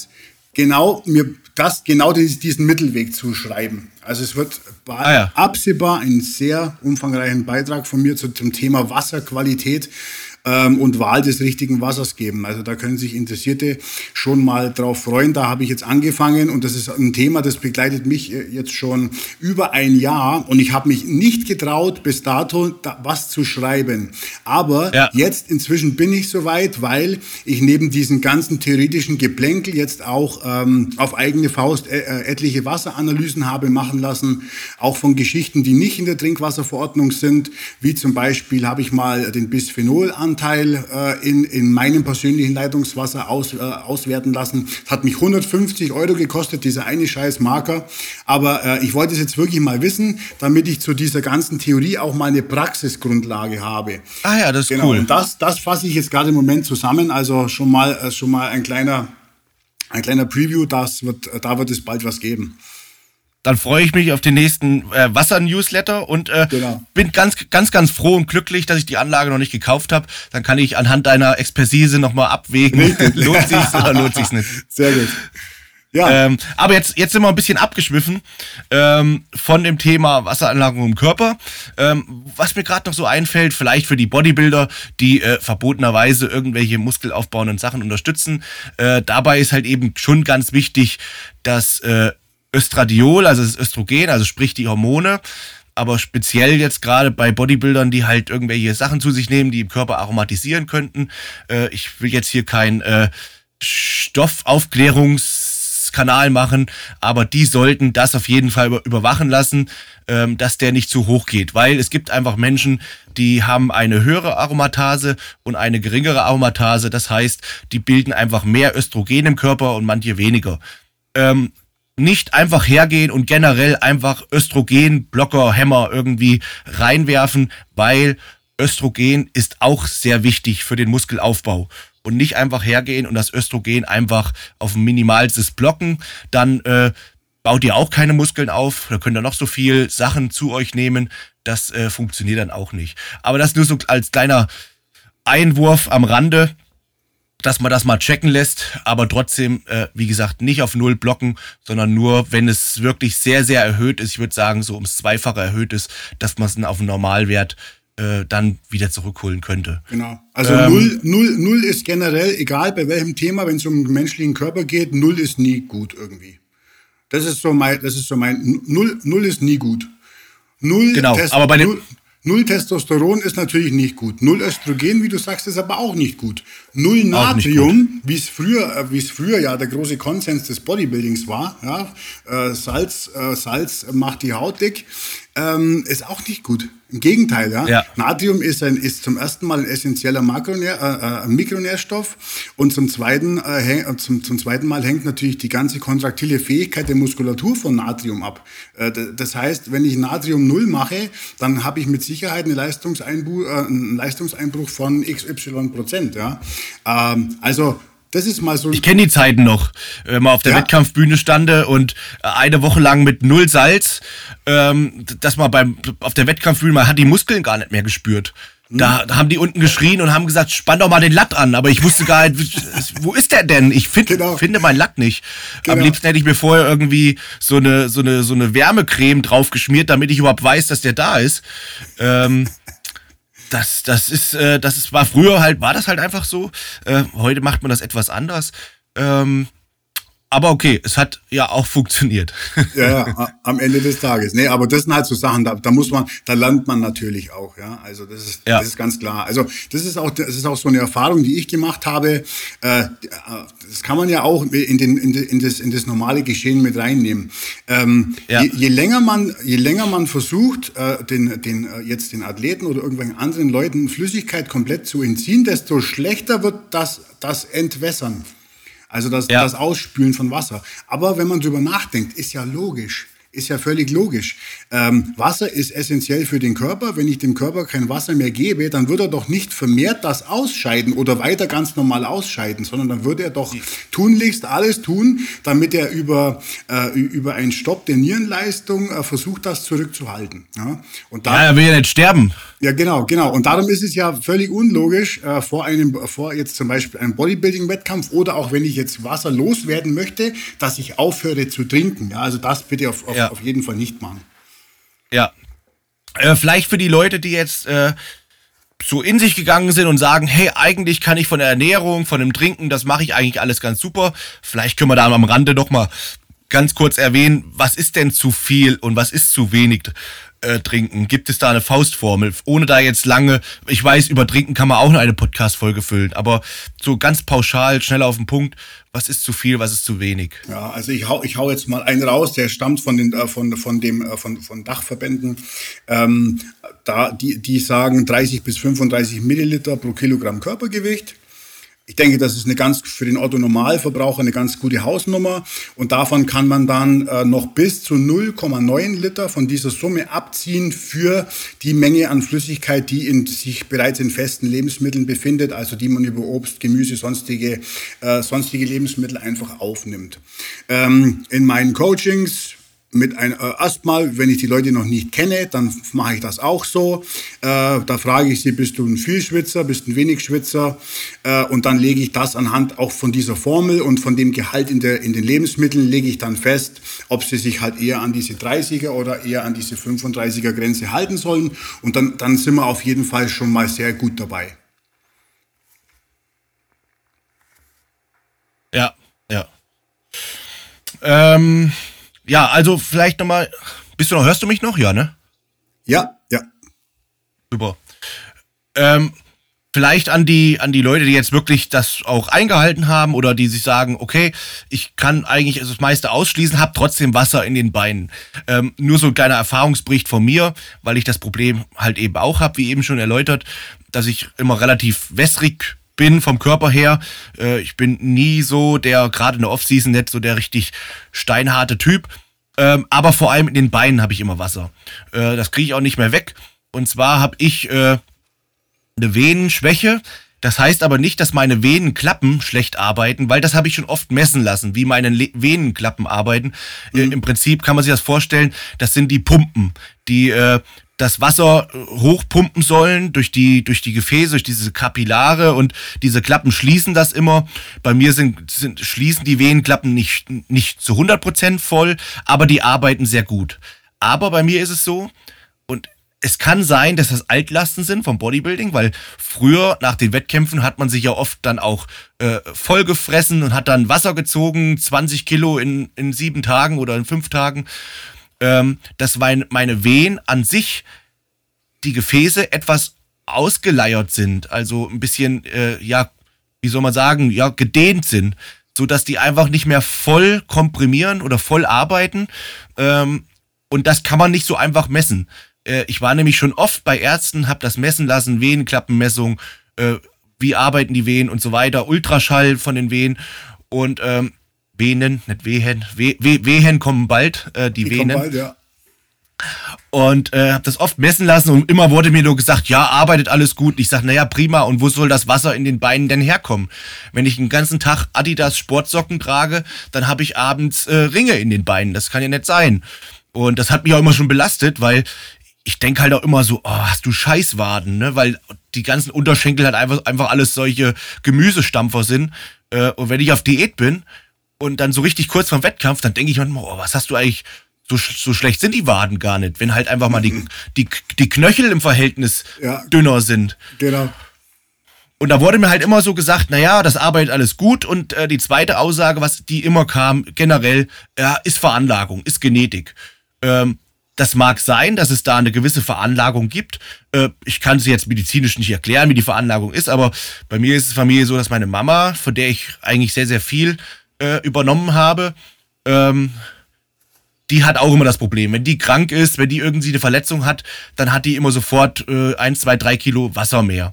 diesen Mittelweg zu schreiben. Also es wird absehbar einen sehr umfangreichen Beitrag von mir zum Thema Wasserqualität und Wahl des richtigen Wassers geben. Also da können sich Interessierte schon mal drauf freuen. Da habe ich jetzt angefangen und das ist ein Thema, das begleitet mich jetzt schon über ein Jahr und ich habe mich nicht getraut, bis dato was zu schreiben. Aber jetzt inzwischen bin ich soweit, weil ich neben diesen ganzen theoretischen Geplänkel jetzt auch auf eigene Faust etliche Wasseranalysen habe machen lassen, auch von Geschichten, die nicht in der Trinkwasserverordnung sind, wie zum Beispiel habe ich mal den Bisphenol-Anteil in meinem persönlichen Leitungswasser auswerten lassen. Das hat mich 150 € gekostet, dieser eine scheiß Marker, aber ich wollte es jetzt wirklich mal wissen, damit ich zu dieser ganzen Theorie auch mal eine Praxisgrundlage habe. Ah ja, das ist cool. Und das fasse ich jetzt gerade im Moment zusammen, also schon mal ein kleiner Preview, da wird es bald was geben. Dann freue ich mich auf den nächsten Wasser-Newsletter und bin ganz froh und glücklich, dass ich die Anlage noch nicht gekauft habe. Dann kann ich anhand deiner Expertise nochmal abwägen, lohnt sich's oder lohnt sich's nicht. Sehr gut. Ja. Aber jetzt sind wir ein bisschen abgeschwiffen von dem Thema Wasseranlagen im Körper. Was mir gerade noch so einfällt, vielleicht für die Bodybuilder, die verbotenerweise irgendwelche muskelaufbauenden Sachen unterstützen. Dabei ist halt eben schon ganz wichtig, dass Östradiol, also das Östrogen, also sprich die Hormone, aber speziell jetzt gerade bei Bodybuildern, die halt irgendwelche Sachen zu sich nehmen, die im Körper aromatisieren könnten. Ich will jetzt hier kein Stoffaufklärungskanal machen, aber die sollten das auf jeden Fall überwachen lassen, dass der nicht zu hoch geht, weil es gibt einfach Menschen, die haben eine höhere Aromatase und eine geringere Aromatase, das heißt, die bilden einfach mehr Östrogen im Körper und manche weniger. Nicht einfach hergehen und generell einfach Östrogen-Blocker, Hämmer irgendwie reinwerfen, weil Östrogen ist auch sehr wichtig für den Muskelaufbau. Und nicht einfach hergehen und das Östrogen einfach auf ein Minimalstes blocken, dann baut ihr auch keine Muskeln auf, da könnt ihr noch so viel Sachen zu euch nehmen, das funktioniert dann auch nicht. Aber das nur so als kleiner Einwurf am Rande, dass man das mal checken lässt, aber trotzdem, wie gesagt, nicht auf 0 blocken, sondern nur, wenn es wirklich sehr, sehr erhöht ist, ich würde sagen, so ums Zweifache erhöht ist, dass man es auf einen Normalwert dann wieder zurückholen könnte. Genau. Also 0 ist generell, egal bei welchem Thema, wenn es um den menschlichen Körper geht, 0 ist nie gut irgendwie. Das ist so mein 0 ist nie gut. 0 genau, aber bei dem 0 Testosteron ist natürlich nicht gut. 0 Östrogen, wie du sagst, ist aber auch nicht gut. 0 Natrium, wie es früher ja der große Konsens des Bodybuildings war, ja, Salz macht die Haut dick, ist auch nicht gut. Im Gegenteil, ja. Natrium ist zum ersten Mal ein essentieller Mikronährstoff und zum zweiten Mal hängt natürlich die ganze kontraktile Fähigkeit der Muskulatur von Natrium ab. Das heißt, wenn ich Natrium 0 mache, dann habe ich mit Sicherheit einen Leistungseinbruch von XY%. Ja. Also das ist mal so. Ich kenne die Zeiten noch, wenn man auf der Wettkampfbühne stande und eine Woche lang mit 0 Salz, dass man auf der Wettkampfbühne, man hat die Muskeln gar nicht mehr gespürt. Da haben die unten geschrien und haben gesagt, spann doch mal den Latt an. Aber ich wusste gar nicht, wo ist der denn? Ich finde mein Latt nicht. Genau. Am liebsten hätte ich mir vorher irgendwie so eine Wärmecreme drauf geschmiert, damit ich überhaupt weiß, dass der da ist. War früher halt, war das halt einfach so. Heute macht man das etwas anders. Aber okay, es hat ja auch funktioniert. Ja, am Ende des Tages. Nee, aber das sind halt so Sachen, da lernt man natürlich auch, ja. Also das ist ganz klar. Also das ist auch so eine Erfahrung, die ich gemacht habe. Das kann man ja auch in das normale Geschehen mit reinnehmen. Je länger man versucht, den Athleten oder irgendwelchen anderen Leuten Flüssigkeit komplett zu entziehen, desto schlechter wird das Entwässern. Also das Ausspülen von Wasser. Aber wenn man drüber nachdenkt, ist ja logisch. Ist ja völlig logisch. Wasser ist essentiell für den Körper. Wenn ich dem Körper kein Wasser mehr gebe, dann wird er doch nicht vermehrt das ausscheiden oder weiter ganz normal ausscheiden, sondern dann würde er doch tunlichst alles tun, damit er über einen Stopp der Nierenleistung versucht, das zurückzuhalten. Ja? Und er will ja nicht sterben. Ja, genau. Und darum ist es ja völlig unlogisch, vor jetzt zum Beispiel einem Bodybuilding-Wettkampf oder auch wenn ich jetzt Wasser loswerden möchte, dass ich aufhöre zu trinken. Ja, also das bitte auf jeden Fall nicht machen. Ja. Vielleicht für die Leute, die jetzt so in sich gegangen sind und sagen, hey, eigentlich kann ich von der Ernährung, von dem Trinken, das mache ich eigentlich alles ganz super. Vielleicht können wir da am Rande doch mal ganz kurz erwähnen, was ist denn zu viel und was ist zu wenig trinken? Gibt es da eine Faustformel? Ohne da jetzt lange, ich weiß, über Trinken kann man auch noch eine Podcast-Folge füllen, aber so ganz pauschal, schnell auf den Punkt, was ist zu viel, was ist zu wenig? Ja, also ich hau jetzt mal einen raus, der stammt von Dachverbänden. Die sagen 30 bis 35 Milliliter pro Kilogramm Körpergewicht. Ich denke, das ist für den Otto-Normalverbraucher eine ganz gute Hausnummer. Und davon kann man dann noch bis zu 0,9 Liter von dieser Summe abziehen für die Menge an Flüssigkeit, die sich bereits in festen Lebensmitteln befindet, also die man über Obst, Gemüse, sonstige Lebensmittel einfach aufnimmt. In meinen Coachings erstmal, wenn ich die Leute noch nicht kenne, dann mache ich das auch so. Da frage ich sie, bist du ein Vielschwitzer, bist du ein Wenigschwitzer? Und dann lege ich das anhand auch von dieser Formel und von dem Gehalt in den Lebensmitteln lege ich dann fest, ob sie sich halt eher an diese 30er oder eher an diese 35er Grenze halten sollen. Und dann sind wir auf jeden Fall schon mal sehr gut dabei. Ja. Ja, also vielleicht nochmal, hörst du mich noch? Ja, ne? Ja. Super. Vielleicht an die Leute, die jetzt wirklich das auch eingehalten haben oder die sich sagen, okay, ich kann eigentlich das meiste ausschließen, habe trotzdem Wasser in den Beinen. Nur so ein kleiner Erfahrungsbericht von mir, weil ich das Problem halt eben auch habe, wie eben schon erläutert, dass ich immer relativ wässrig bin vom Körper her. Ich bin nie so gerade in der Off-Season nicht so der richtig steinharte Typ. Aber vor allem in den Beinen habe ich immer Wasser. Das kriege ich auch nicht mehr weg. Und zwar habe ich eine Venenschwäche. Das heißt aber nicht, dass meine Venenklappen schlecht arbeiten, weil das habe ich schon oft messen lassen, wie meine Venenklappen arbeiten. Im Prinzip kann man sich das vorstellen, das sind die Pumpen, die das Wasser hochpumpen sollen durch die Gefäße, durch diese Kapillare, und diese Klappen schließen das immer. Bei mir schließen die Venenklappen nicht zu 100% voll, aber die arbeiten sehr gut. Aber bei mir ist es so, und es kann sein, dass das Altlasten sind vom Bodybuilding, weil früher nach den Wettkämpfen hat man sich ja oft dann auch vollgefressen und hat dann Wasser gezogen, 20 Kilo in 7 Tagen oder in 5 Tagen. Dass meine Venen an sich, die Gefäße, etwas ausgeleiert sind, also ein bisschen, wie soll man sagen, gedehnt sind, sodass die einfach nicht mehr voll komprimieren oder voll arbeiten. Und das kann man nicht so einfach messen. Ich war nämlich schon oft bei Ärzten, habe das messen lassen, Venenklappenmessung, wie arbeiten die Venen und so weiter, Ultraschall von den Venen und Venen, nicht Wehen. Wehen kommen bald, die Venen. Kommen bald, ja. Und habe das oft messen lassen und immer wurde mir nur gesagt, ja, arbeitet alles gut. Ich sage, naja, prima, und wo soll das Wasser in den Beinen denn herkommen? Wenn ich den ganzen Tag Adidas Sportsocken trage, dann habe ich abends Ringe in den Beinen. Das kann ja nicht sein. Und das hat mich auch immer schon belastet, weil ich denke halt auch immer so, hast du Scheißwaden, ne? Weil die ganzen Unterschenkel halt einfach alles solche Gemüsestampfer sind. Und wenn ich auf Diät bin und dann so richtig kurz vorm Wettkampf, dann denke ich manchmal, was hast du eigentlich, so schlecht sind die Waden gar nicht, wenn halt einfach mal die Knöchel im Verhältnis dünner sind. Genau. Und da wurde mir halt immer so gesagt, naja, das arbeitet alles gut, und die zweite Aussage, was die immer kam, generell, ist Veranlagung, ist Genetik. Das mag sein, dass es da eine gewisse Veranlagung gibt. Ich kann sie jetzt medizinisch nicht erklären, wie die Veranlagung ist, aber bei mir ist es Familie so, dass meine Mama, von der ich eigentlich sehr, sehr viel übernommen habe, die hat auch immer das Problem. Wenn die krank ist, wenn die irgendwie eine Verletzung hat, dann hat die immer sofort 1, 2, 3 Kilo Wasser mehr.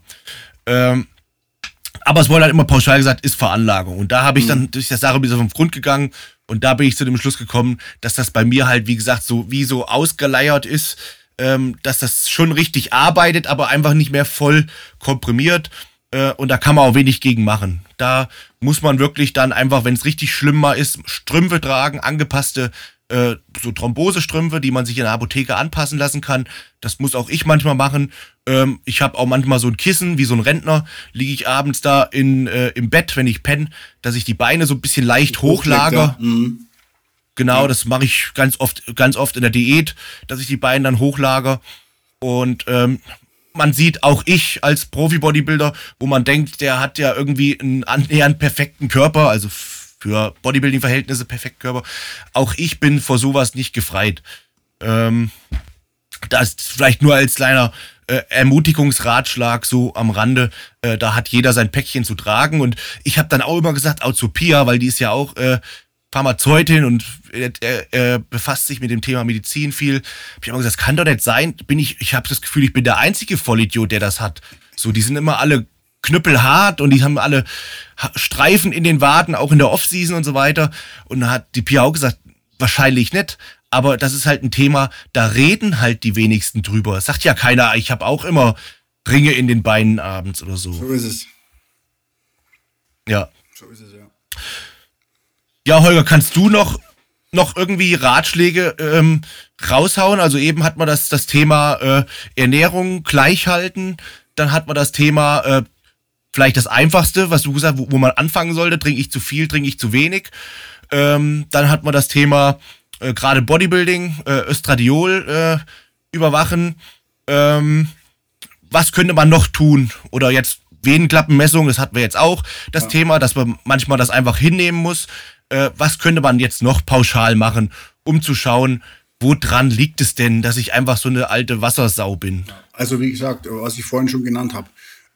Aber es wurde halt immer pauschal gesagt, ist Veranlagung. Und da habe ich dann durch das Sache ein bisschen vom Grund gegangen, und da bin ich zu dem Schluss gekommen, dass das bei mir halt, wie gesagt, so ausgeleiert ist, dass das schon richtig arbeitet, aber einfach nicht mehr voll komprimiert. Und da kann man auch wenig gegen machen. Da muss man wirklich dann einfach, wenn es richtig schlimm mal ist, Strümpfe tragen, angepasste so Thrombosestrümpfe, die man sich in der Apotheke anpassen lassen kann. Das muss auch ich manchmal machen. Ich habe auch manchmal so ein Kissen, wie so ein Rentner, liege ich abends da im Bett, wenn ich penne, dass ich die Beine so ein bisschen leicht hochlager. Genau, das mache ich ganz oft in der Diät, dass ich die Beine dann hochlager. Und man sieht, auch ich als Profi-Bodybuilder, wo man denkt, der hat ja irgendwie einen annähernd perfekten Körper, also für Bodybuilding-Verhältnisse perfekten Körper. Auch ich bin vor sowas nicht gefreit. Das vielleicht nur als kleiner Ermutigungsratschlag so am Rande. Da hat jeder sein Päckchen zu tragen. Und ich habe dann auch immer gesagt, auch zu Pia, weil die ist ja auch Pharmazeutin und befasst sich mit dem Thema Medizin viel. Hab ich immer gesagt, das kann doch nicht sein. Ich habe das Gefühl, ich bin der einzige Vollidiot, der das hat. So, die sind immer alle knüppelhart und die haben alle Streifen in den Waden, auch in der Off-Season und so weiter. Und da hat die Pia auch gesagt, wahrscheinlich nicht. Aber das ist halt ein Thema, da reden halt die wenigsten drüber. Sagt ja keiner, ich habe auch immer Ringe in den Beinen abends oder so. So ist es. Ja. So ist es, ja. Ja, Holger, kannst du noch irgendwie Ratschläge raushauen? Also eben hat man das Thema Ernährung gleich halten. Dann hat man das Thema vielleicht das Einfachste, was du gesagt hast, wo man anfangen sollte. Trinke ich zu viel, trinke ich zu wenig. Dann hat man das Thema gerade Bodybuilding, Östradiol überwachen. Was könnte man noch tun? Oder jetzt Venenklappenmessung, das hatten wir jetzt auch. Das Thema, dass man manchmal das einfach hinnehmen muss. Was könnte man jetzt noch pauschal machen, um zu schauen, woran liegt es denn, dass ich einfach so eine alte Wassersau bin? Also wie gesagt, was ich vorhin schon genannt habe,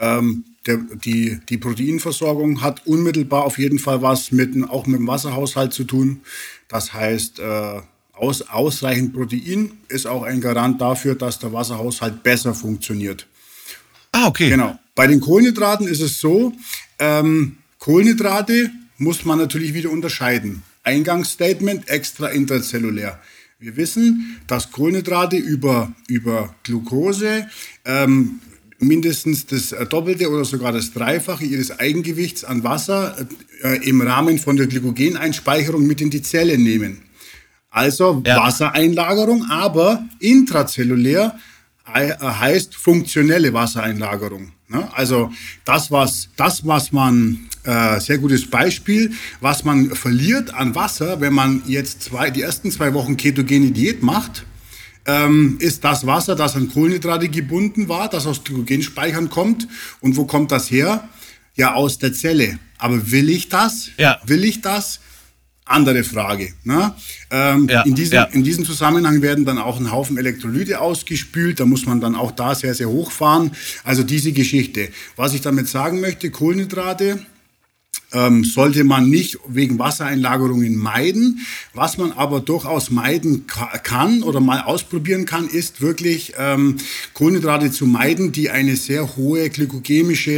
die Proteinversorgung hat unmittelbar auf jeden Fall was auch mit dem Wasserhaushalt zu tun. Das heißt, ausreichend Protein ist auch ein Garant dafür, dass der Wasserhaushalt besser funktioniert. Ah, okay. Genau. Bei den Kohlenhydraten ist es so, Kohlenhydrate muss man natürlich wieder unterscheiden. Eingangsstatement, extra intrazellulär. Wir wissen, dass Kohlenhydrate über Glucose mindestens das Doppelte oder sogar das Dreifache ihres Eigengewichts an Wasser im Rahmen von der Glykogeneinspeicherung mit in die Zelle nehmen. Also Wassereinlagerung, aber intrazellulär heißt funktionelle Wassereinlagerung. Also das, was man, sehr gutes Beispiel, was man verliert an Wasser, wenn man jetzt die ersten 2 Wochen ketogene Diät macht, ist das Wasser, das an Kohlenhydrate gebunden war, das aus Glykogenspeichern kommt. Und wo kommt das her? Ja, aus der Zelle. Aber will ich das? Ja. Will ich das? Andere Frage. Ne? In diesem Zusammenhang werden dann auch ein Haufen Elektrolyte ausgespült. Da muss man dann auch da sehr, sehr hochfahren. Also diese Geschichte. Was ich damit sagen möchte, Kohlenhydrate sollte man nicht wegen Wassereinlagerungen meiden. Was man aber durchaus meiden kann oder mal ausprobieren kann, ist wirklich Kohlenhydrate zu meiden, die eine sehr hohe glykämische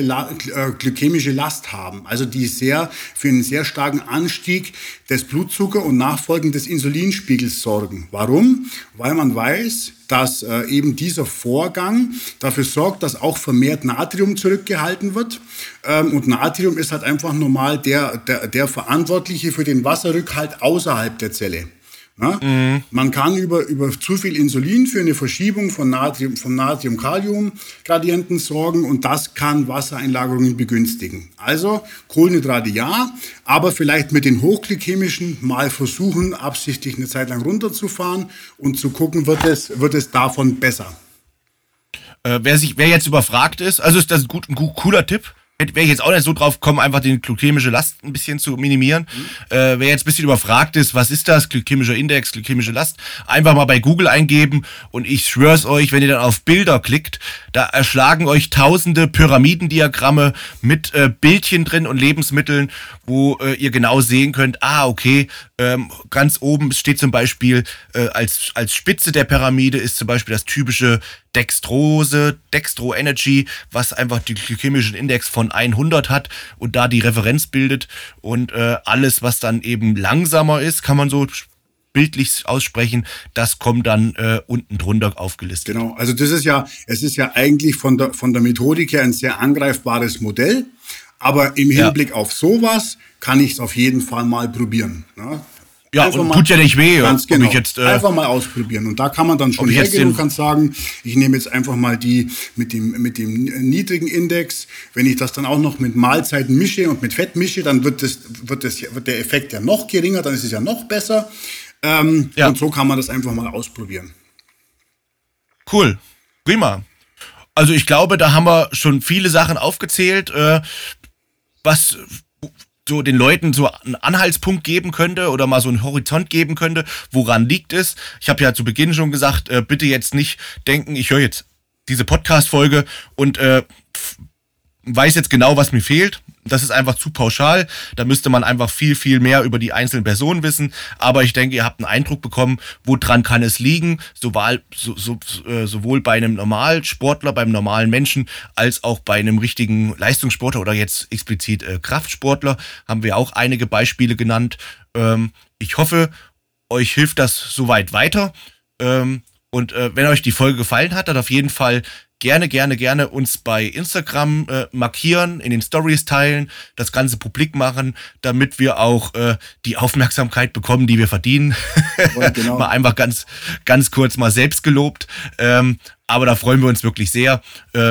Last haben. Also die für einen sehr starken Anstieg des Blutzucker- und nachfolgend des Insulinspiegels sorgen. Warum? Weil man weiß, dass eben dieser Vorgang dafür sorgt, dass auch vermehrt Natrium zurückgehalten wird. Und Natrium ist halt einfach normal der Verantwortliche für den Wasserrückhalt außerhalb der Zelle. Ja? Mhm. Man kann über zu viel Insulin für eine Verschiebung vom Natrium-Kalium-Gradienten sorgen und das kann Wassereinlagerungen begünstigen. Also Kohlenhydrate ja, aber vielleicht mit den hochglykämischen mal versuchen, absichtlich eine Zeit lang runterzufahren und zu gucken, wird es davon besser. Wer jetzt überfragt ist, also ist das ein cooler Tipp. Wäre ich jetzt auch nicht so drauf gekommen, einfach die glykämische Last ein bisschen zu minimieren. Wer jetzt ein bisschen überfragt ist, was ist das? Glykämischer Index, glykämische Last. Einfach mal bei Google eingeben und ich schwör's euch, wenn ihr dann auf Bilder klickt, da erschlagen euch tausende Pyramidendiagramme mit Bildchen drin und Lebensmitteln, wo ihr genau sehen könnt, okay, ganz oben steht zum Beispiel als Spitze der Pyramide ist zum Beispiel das typische Dextro Energy, was einfach den glykämischen Index von 100 hat und da die Referenz bildet und alles, was dann eben langsamer ist, kann man so bildlich aussprechen, das kommt dann unten drunter aufgelistet. Genau, also es ist ja eigentlich von der Methodik her ein sehr angreifbares Modell, aber im Hinblick auf sowas kann ich es auf jeden Fall mal probieren. Ne? Ja, und tut ja nicht weh. Ganz genau. Einfach mal ausprobieren. Und da kann man dann schon hergehen und kann sagen, ich nehme jetzt einfach mal die mit dem niedrigen Index. Wenn ich das dann auch noch mit Mahlzeiten mische und mit Fett mische, dann wird der Effekt ja noch geringer, dann ist es ja noch besser. Und so kann man das einfach mal ausprobieren. Cool. Prima. Also ich glaube, da haben wir schon viele Sachen aufgezählt, was so den Leuten so einen Anhaltspunkt geben könnte oder mal so einen Horizont geben könnte, woran liegt es. Ich habe ja zu Beginn schon gesagt, bitte jetzt nicht denken, ich höre jetzt diese Podcast-Folge und weiß jetzt genau, was mir fehlt. Das ist einfach zu pauschal. Da müsste man einfach viel, viel mehr über die einzelnen Personen wissen. Aber ich denke, ihr habt einen Eindruck bekommen, woran kann es liegen, sowohl bei einem Normalsportler, beim normalen Menschen, als auch bei einem richtigen Leistungssportler oder jetzt explizit Kraftsportler. Haben wir auch einige Beispiele genannt. Ich hoffe, euch hilft das soweit weiter. Und wenn euch die Folge gefallen hat, dann auf jeden Fall gerne uns bei Instagram markieren, in den Stories teilen, das Ganze publik machen, damit wir auch die Aufmerksamkeit bekommen, die wir verdienen. Ja, genau. Mal einfach ganz kurz mal selbst gelobt. Aber da freuen wir uns wirklich sehr,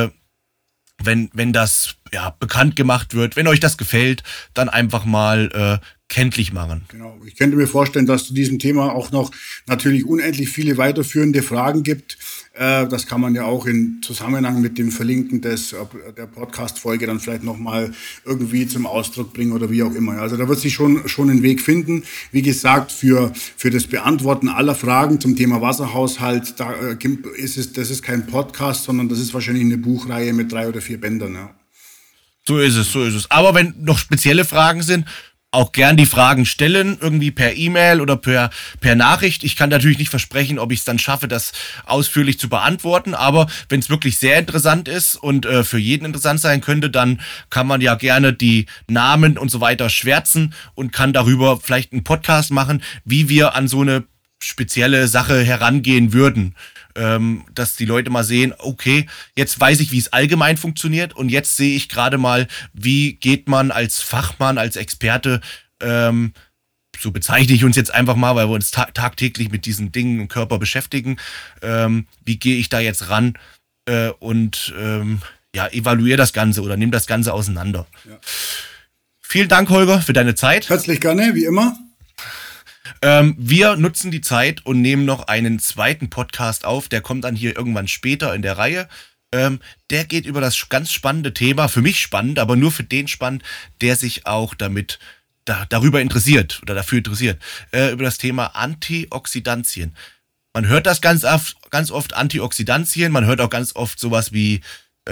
wenn das bekannt gemacht wird. Wenn euch das gefällt, dann einfach mal kenntlich machen. Genau. Ich könnte mir vorstellen, dass zu diesem Thema auch noch natürlich unendlich viele weiterführende Fragen gibt. Das kann man ja auch in Zusammenhang mit dem Verlinken der Podcast-Folge dann vielleicht nochmal irgendwie zum Ausdruck bringen oder wie auch immer. Also da wird sich schon einen Weg finden. Wie gesagt, für das Beantworten aller Fragen zum Thema Wasserhaushalt, das ist kein Podcast, sondern das ist wahrscheinlich eine Buchreihe mit 3 oder 4 Bändern. Ja. So ist es. Aber wenn noch spezielle Fragen sind, auch gern die Fragen stellen, irgendwie per E-Mail oder per Nachricht. Ich kann natürlich nicht versprechen, ob ich es dann schaffe, das ausführlich zu beantworten, aber wenn es wirklich sehr interessant ist und für jeden interessant sein könnte, dann kann man ja gerne die Namen und so weiter schwärzen und kann darüber vielleicht einen Podcast machen, wie wir an so eine spezielle Sache herangehen würden. Dass die Leute mal sehen, okay, jetzt weiß ich, wie es allgemein funktioniert und jetzt sehe ich gerade mal, wie geht man als Fachmann, als Experte, so bezeichne ich uns jetzt einfach mal, weil wir uns tagtäglich mit diesen Dingen im Körper beschäftigen, wie gehe ich da jetzt ran und evaluiere das Ganze oder nehme das Ganze auseinander. Ja. Vielen Dank, Holger, für deine Zeit. Herzlich gerne, wie immer. Wir nutzen die Zeit und nehmen noch einen zweiten Podcast auf. Der kommt dann hier irgendwann später in der Reihe. Der geht über das ganz spannende Thema, für mich spannend, aber nur für den spannend, der sich auch darüber interessiert oder dafür interessiert, über das Thema Antioxidantien. Man hört das ganz oft Antioxidantien, man hört auch ganz oft sowas wie,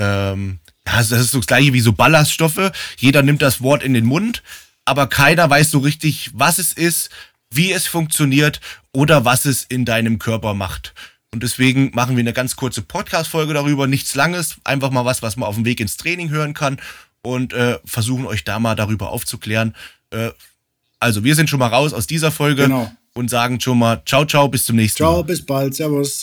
das ist so das gleiche wie so Ballaststoffe. Jeder nimmt das Wort in den Mund, aber keiner weiß so richtig, was es ist, wie es funktioniert oder was es in deinem Körper macht. Und deswegen machen wir eine ganz kurze Podcast-Folge darüber, nichts Langes, einfach mal was man auf dem Weg ins Training hören kann und versuchen euch da mal darüber aufzuklären. Also wir sind schon mal raus aus dieser Folge und sagen schon mal ciao, bis zum nächsten Mal. Ciao, bis bald, servus.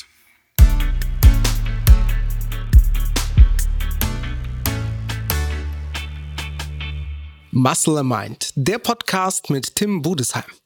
Muscle and Mind, der Podcast mit Tim Budesheim.